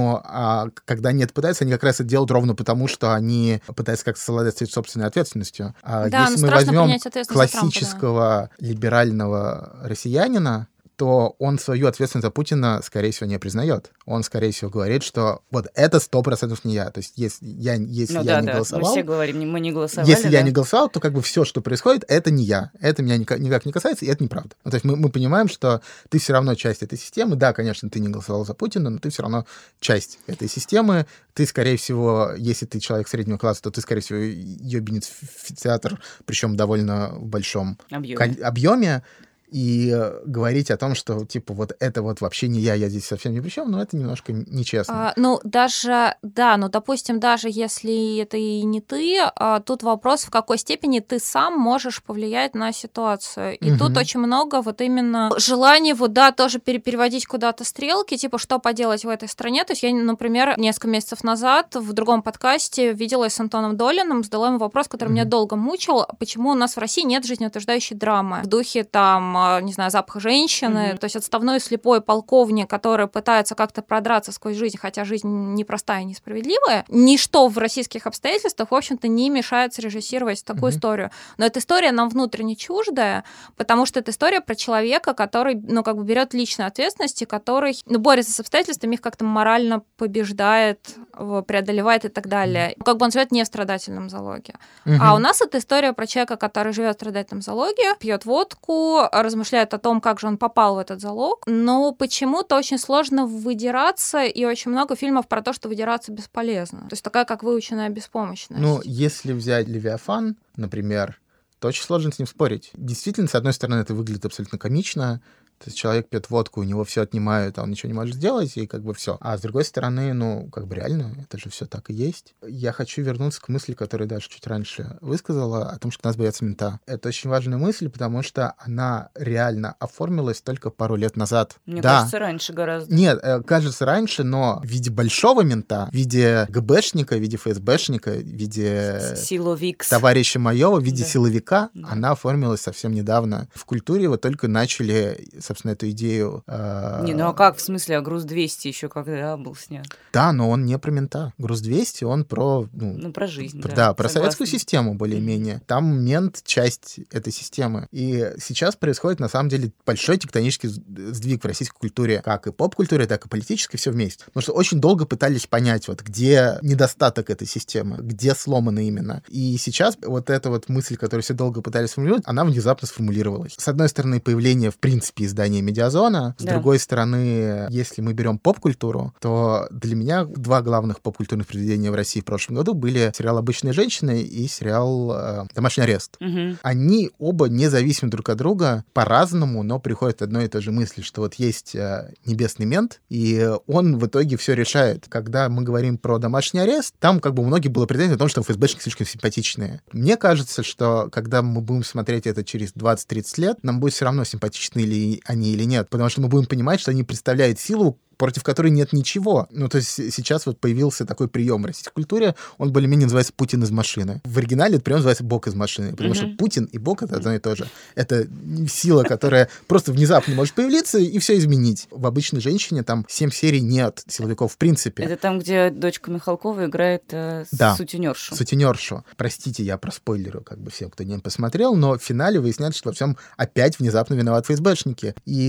но когда они это пытаются, они как раз это делают ровно потому, что они пытаются как-то совладать с собственной ответственностью. Да, если мы возьмем классического либерального россиянина, то он свою ответственность за Путина, скорее всего, не признает. Он, скорее всего, говорит, что вот это 100% не я. То есть, если я не голосовал... Мы все говорим, мы не голосовали. Если я не голосовал, то как бы все, что происходит, это не я. Это меня никак не касается, и это неправда. Ну, то есть мы понимаем, что ты все равно часть этой системы. Да, конечно, ты не голосовал за Путина, но ты все равно часть этой системы. Ты, скорее всего, если ты человек среднего класса, то ты, скорее всего, ее бенефициатор, причем довольно в большом объеме. И говорить о том, что, типа, вот это вот вообще не я здесь совсем ни при чем, это немножко нечестно. Допустим, даже если это и не ты, тут вопрос, в какой степени ты сам можешь повлиять на ситуацию. И тут очень много вот именно желаний тоже переводить куда-то стрелки, типа, что поделать в этой стране. То есть я, например, несколько месяцев назад в другом подкасте виделась с Антоном Долиным, задала ему вопрос, который меня долго мучил, почему у нас в России нет жизнеутверждающей драмы в духе, не знаю, запаха женщины, то есть отставной слепой полковник, который пытается как-то продраться сквозь жизнь, хотя жизнь непростая и несправедливая. Ничто в российских обстоятельствах, в общем-то, не мешает срежиссировать такую историю. Но эта история нам внутренне чуждая, потому что это история про человека, который, берет личную ответственность, и который, борется с обстоятельствами, их как-то морально побеждает, преодолевает и так далее. Он живет не в страдательном залоге. А у нас это история про человека, который живет в страдательном залоге, пьет водку, размышляет о том, как же он попал в этот залог, но почему-то очень сложно выдираться, и очень много фильмов про то, что выдираться бесполезно. То есть такая, как выученная беспомощность. Если взять «Левиафан», например, то очень сложно с ним спорить. Действительно, с одной стороны, это выглядит абсолютно комично. То есть человек пьет водку, у него все отнимают, а он ничего не может сделать, и все. А с другой стороны, реально, это же все так и есть. Я хочу вернуться к мысли, которую Даша чуть раньше высказала, о том, что нас боятся мента. Это очень важная мысль, потому что она реально оформилась только пару лет назад. Мне кажется, раньше гораздо. Нет, кажется, раньше, но в виде большого мента, в виде ГБшника, в виде ФСБшника, в виде товарища Маёва, в виде силовика, она оформилась совсем недавно. В культуре только начали, собственно, эту идею... а как? В смысле, «Груз-200» еще когда был снят? Да, но он не про мента. «Груз-200», он про... про жизнь, про советскую систему, более-менее. Там мент — часть этой системы. И сейчас происходит, на самом деле, большой тектонический сдвиг в российской культуре. Как и поп-культуре, так и политической, все вместе. Потому что очень долго пытались понять, где недостаток этой системы, где сломано именно. И сейчас эта мысль, которую все долго пытались сформулировать, она внезапно сформулировалась. С одной стороны, появление, в принципе, издания «Медиазона». С другой стороны, если мы берем поп-культуру, то для меня два главных поп-культурных произведения в России в прошлом году были сериал «Обычные женщины» и сериал «Домашний арест». Они оба независимы друг от друга по-разному, но приходят к одной и той же мысли, что есть небесный мент, и он в итоге все решает. Когда мы говорим про «Домашний арест», там у многих было претензия о том, что ФСБшники слишком симпатичные. Мне кажется, что когда мы будем смотреть это через 20-30 лет, нам будет все равно, симпатичны ли они или нет, потому что мы будем понимать, что они представляют силу, против которой нет ничего. То есть сейчас появился такой прием в российской культуре, он более-менее называется «Путин из машины». В оригинале этот прием называется «Бог из машины», потому что Путин и Бог — это одно и то же. Это сила, которая просто внезапно может появиться и все изменить. В «Обычной женщине» там 7 серий нет силовиков в принципе. Это там, где дочка Михалкова играет сутенершу. Сутенершу. Простите, я проспойлерю всем, кто не посмотрел, но в финале выясняется, что во всем опять внезапно виноват ФСБшники. И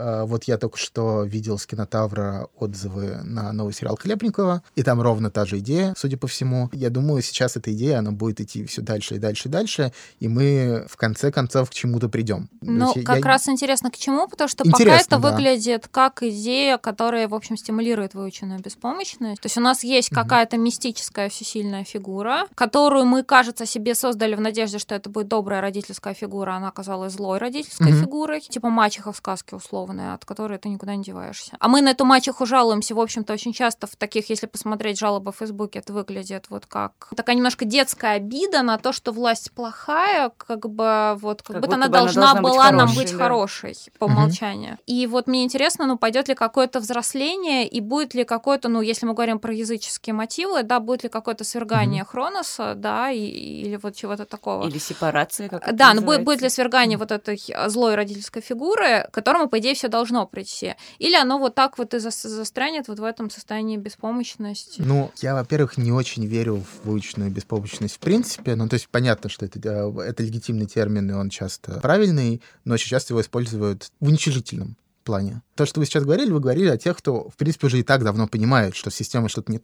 я только что видел с Кинотавра отзывы на новый сериал Хлебникова, и там ровно та же идея, судя по всему. Я думаю, сейчас эта идея, она будет идти все дальше и дальше и дальше, и мы в конце концов к чему-то придем. Раз интересно, к чему, потому что пока это выглядит как идея, которая, в общем, стимулирует выученную беспомощность. То есть у нас есть какая-то мистическая всесильная фигура, которую мы, кажется, себе создали в надежде, что это будет добрая родительская фигура, она оказалась злой родительской фигурой, типа мачеха в сказке условная, от которой ты никуда не деваешься. А мы на эту мачеху жалуемся, в общем-то, очень часто в таких, если посмотреть жалобы в Фейсбуке, это выглядит как такая немножко детская обида на то, что власть плохая, как будто она должна была нам быть хорошей по умолчанию. И мне интересно, пойдет ли какое-то взросление, и будет ли какое-то, если мы говорим про языческие мотивы, будет ли какое-то свергание Хроноса, или чего-то такого. Или сепарация, как это называется. Будет ли свергание этой злой родительской фигуры, к которому, по идее, все должно прийти. Или оно так и застрянет в этом состоянии беспомощности. Я, во-первых, не очень верю в выученную беспомощность в принципе. То есть понятно, что это легитимный термин, и он часто правильный, но очень часто его используют в уничижительном плане. То, что вы сейчас говорили, вы говорили о тех, кто, в принципе, уже и так давно понимает, что с системой что-то не так.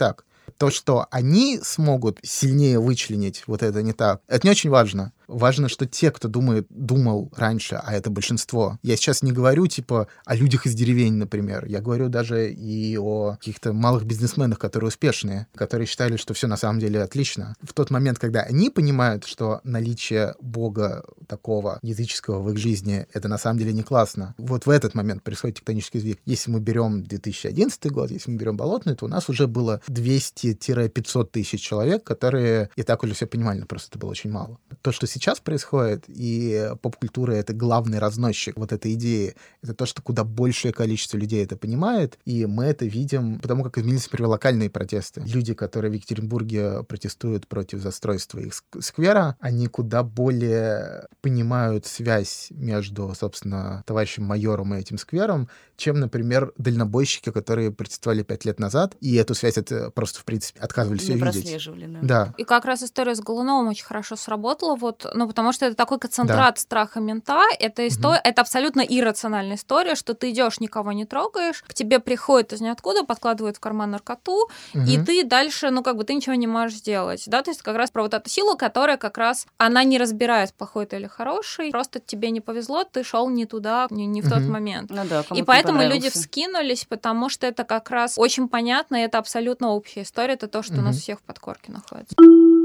То, что они смогут сильнее вычленить вот это не так, это не очень важно. Важно, что те, кто думал раньше, а это большинство. Я сейчас не говорю, типа, о людях из деревень, например. Я говорю даже и о каких-то малых бизнесменах, которые успешные, которые считали, что все на самом деле отлично. В тот момент, когда они понимают, что наличие Бога такого языческого в их жизни, это на самом деле не классно. Вот в этот момент происходит тектонический сдвиг. Если мы берем 2011 год, если мы берем Болотную, то у нас уже было 200-500 тысяч человек, которые и так уже все понимали, просто это было очень мало. То, что сейчас происходит, и поп-культура — это главный разносчик вот этой идеи. Это то, что куда большее количество людей это понимает, и мы это видим, потому как изменились, например, локальные протесты. Люди, которые в Екатеринбурге протестуют против застройства их сквера, они куда более понимают связь между, собственно, товарищем майором и этим сквером, чем, например, дальнобойщики, которые протестовали 5 лет назад, и эту связь это просто, в принципе, отказывались ее видеть. Прослеживали, да. Да. И как раз история с Голуновым очень хорошо сработала, потому что это такой концентрат страха мента, это абсолютно иррациональная история, что ты идешь, никого не трогаешь, к тебе приходит из ниоткуда, подкладывают в карман наркоту, и ты дальше, ты ничего не можешь сделать, да, то есть как раз про вот эту силу, которая как раз, она не разбирает, плохой ты или хороший, просто тебе не повезло, ты шел не туда, не в тот момент. И поэтому люди вскинулись, потому что это как раз очень понятно, и это абсолютно общая история, это то, что у нас у всех в подкорке находится.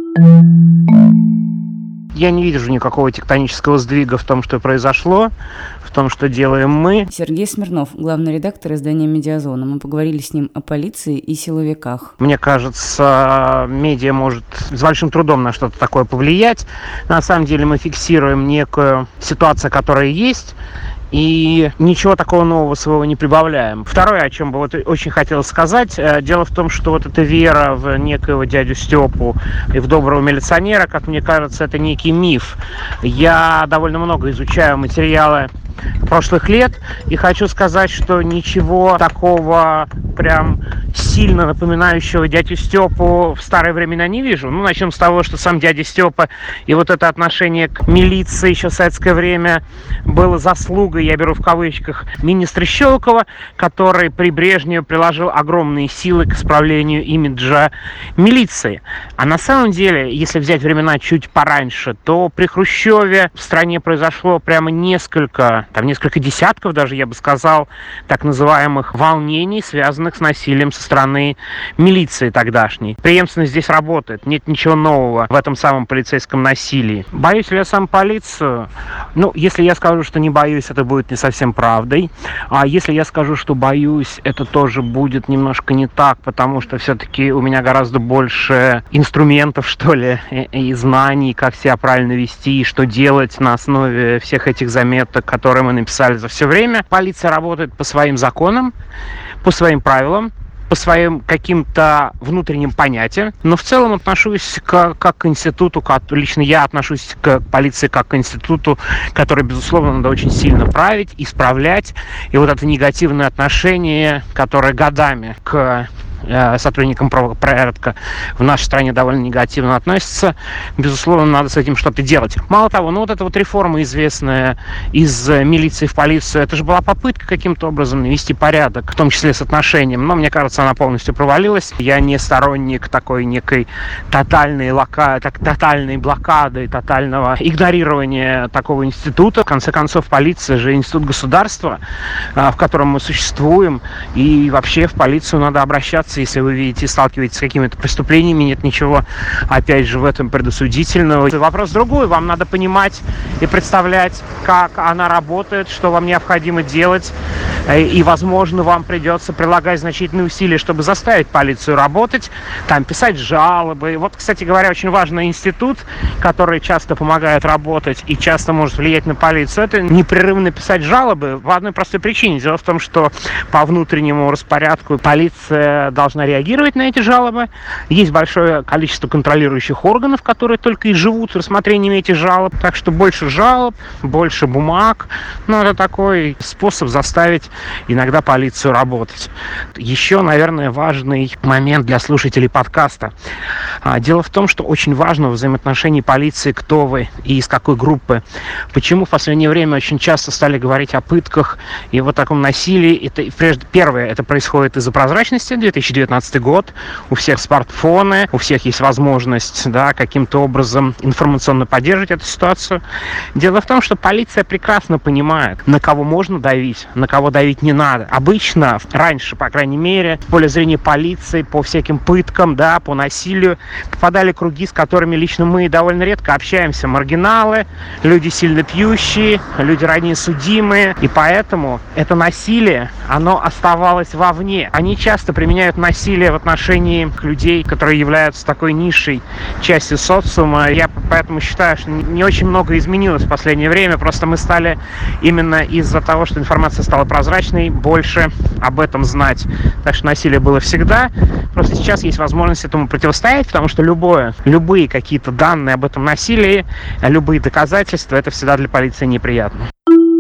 Я не вижу никакого тектонического сдвига в том, что произошло, в том, что делаем мы. Сергей Смирнов, главный редактор издания «Медиазона». Мы поговорили с ним о полиции и силовиках. Мне кажется, медиа может с большим трудом на что-то такое повлиять. На самом деле мы фиксируем некую ситуацию, которая есть, и ничего такого нового своего не прибавляем. Второе, о чем бы очень хотелось сказать, дело в том, что вот эта вера в некоего дядю Степу и в доброго милиционера, как мне кажется, это некий миф. Я довольно много изучаю материалы прошлых лет, и хочу сказать, что ничего такого прям сильно напоминающего дядю Степу в старые времена не вижу. Начнем с того, что сам дядя Степа и вот это отношение к милиции еще в советское время было заслугой, я беру в кавычках, министра Щелокова, который при Брежневе приложил огромные силы к исправлению имиджа милиции. А на самом деле, если взять времена чуть пораньше, то при Хрущеве в стране произошло прямо несколько десятков даже, я бы сказал, так называемых волнений, связанных с насилием со стороны милиции тогдашней. Преемственность здесь работает, нет ничего нового в этом самом полицейском насилии. Боюсь ли я сам полицию? Если я скажу, что не боюсь, это будет не совсем правдой. А если я скажу, что боюсь, это тоже будет немножко не так, потому что все-таки у меня гораздо больше инструментов, что ли, и знаний, как себя правильно вести, и что делать на основе всех этих заметок, которые мы написали за все время. Полиция работает по своим законам, по своим правилам, по своим каким-то внутренним понятиям, но в целом отношусь как к институту, лично я отношусь к полиции как к институту, который, безусловно, надо очень сильно править, исправлять, и вот это негативное отношение, которое годами к сотрудникам правопорядка в нашей стране довольно негативно относятся. Безусловно, надо с этим что-то делать. Мало того, эта реформа, известная из милиции в полицию, это же была попытка каким-то образом навести порядок, в том числе с отношением, но мне кажется, она полностью провалилась. Я не сторонник такой некой тотальной блокады, тотального игнорирования такого института. В конце концов, полиция же институт государства, в котором мы существуем, и вообще в полицию надо обращаться, если вы сталкиваетесь с какими-то преступлениями, нет ничего, опять же, в этом предосудительного. Вопрос другой, вам надо понимать и представлять, как она работает, что вам необходимо делать, и, возможно, вам придется прилагать значительные усилия, чтобы заставить полицию работать, писать жалобы. Кстати говоря, очень важный институт, который часто помогает работать и часто может влиять на полицию, это непрерывно писать жалобы по одной простой причине. Дело в том, что по внутреннему распорядку полиция должна реагировать на эти жалобы. Есть большое количество контролирующих органов, которые только и живут рассмотрением этих жалоб. Так что больше жалоб, больше бумаг. Это такой способ заставить иногда полицию работать. Еще, наверное, важный момент для слушателей подкаста. Дело в том, что очень важно в взаимоотношении полиции, кто вы и из какой группы. Почему в последнее время очень часто стали говорить о пытках и вот таком насилии. Первое, это происходит из-за прозрачности. 2019 год, у всех смартфоны, у всех есть возможность каким-то образом информационно поддерживать эту ситуацию. Дело в том, что полиция прекрасно понимает, на кого можно давить, на кого давить не надо. Обычно, раньше, по крайней мере, в поле зрения полиции по всяким пыткам, по насилию попадали круги, с которыми лично мы довольно редко общаемся. Маргиналы, люди сильно пьющие, люди ранее судимые. И поэтому это насилие, оно оставалось вовне. Они часто применяют насилие в отношении людей, которые являются такой низшей частью социума. Я поэтому считаю, что не очень много изменилось в последнее время. Просто мы стали именно из-за того, что информация стала прозрачной, больше об этом знать. Так что насилие было всегда. Просто сейчас есть возможность этому противостоять, потому что любые какие-то данные об этом насилии, любые доказательства, это всегда для полиции неприятно.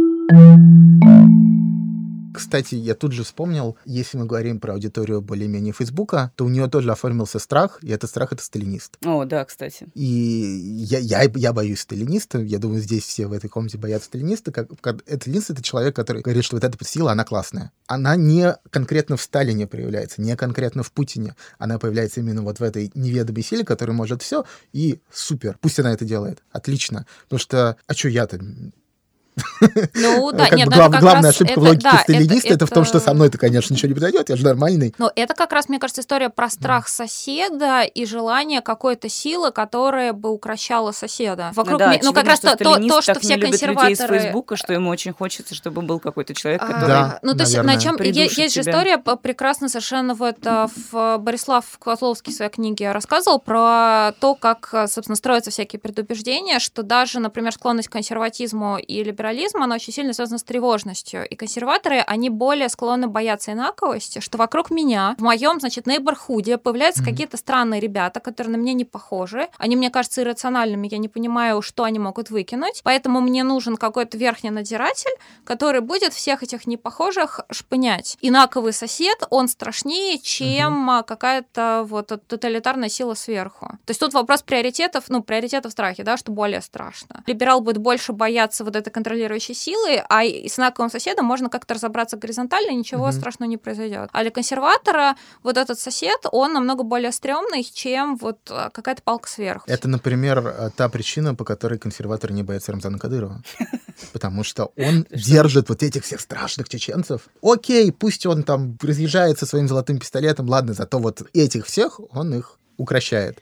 Кстати, я тут же вспомнил, если мы говорим про аудиторию более-менее Фейсбука, то у нее тоже оформился страх, и этот страх — это сталинист. О, да, кстати. И я боюсь сталиниста. Я думаю, здесь все в этой комнате боятся сталиниста. Сталинист — это человек, который говорит, что вот эта сила, она классная. Она не конкретно в Сталине проявляется, не конкретно в Путине. Она появляется именно вот в этой неведомой силе, которая может все, и супер. Пусть она это делает. Отлично. Потому что, а что я-то... Ну, да, нет, главная ошибка в логике сталиниста это в том, что со мной-то, конечно, ничего не произойдет, я же нормальный. Но это как раз, мне кажется, история про страх соседа и желание какой-то силы, которая бы укрощала соседа. Вокруг как раз то, что все консерваторы... из Фейсбука, что ему очень хочется, чтобы был какой-то человек, который... Ну, то есть, на чем есть же история прекрасно совершенно Борислав Котловский в своей книге рассказывал про то, как, собственно, строятся всякие предубеждения, что даже, например, склонность к консерватизму и либерализму, она очень сильно связана с тревожностью. И консерваторы, они более склонны бояться инаковости, что вокруг меня, в моем, значит, нейборхуде появляются какие-то странные ребята, которые на меня не похожи. Они мне кажутся иррациональными, я не понимаю, что они могут выкинуть. Поэтому мне нужен какой-то верхний надзиратель, который будет всех этих непохожих шпынять. Инаковый сосед, он страшнее, чем какая-то вот тоталитарная сила сверху. То есть тут вопрос приоритетов, приоритетов в страхе, что более страшно. Либерал будет больше бояться вот этой контролирующей силы, а с инаковым соседом можно как-то разобраться горизонтально, ничего страшного не произойдет. А для консерватора вот этот сосед, он намного более стрёмный, чем вот какая-то палка сверху. Это, например, та причина, по которой консерваторы не боятся Рамзана Кадырова. Потому что он держит вот этих всех страшных чеченцев. Окей, пусть он там разъезжает со своим золотым пистолетом, ладно, зато вот этих всех он их укрощает.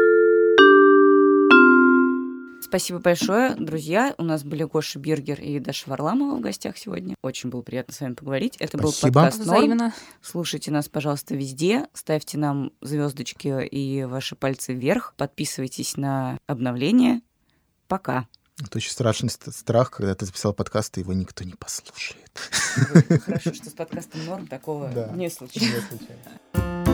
Спасибо большое, друзья. У нас были Гоша Биргер и Даша Варламова в гостях сегодня. Очень было приятно с вами поговорить. Это был подкаст «Норм». Слушайте нас, пожалуйста, везде. Ставьте нам звездочки и ваши пальцы вверх. Подписывайтесь на обновления. Пока. Это очень страшный страх, когда ты записал подкаст, и его никто не послушает. Хорошо, что с подкастом «Норм» такого не случилось.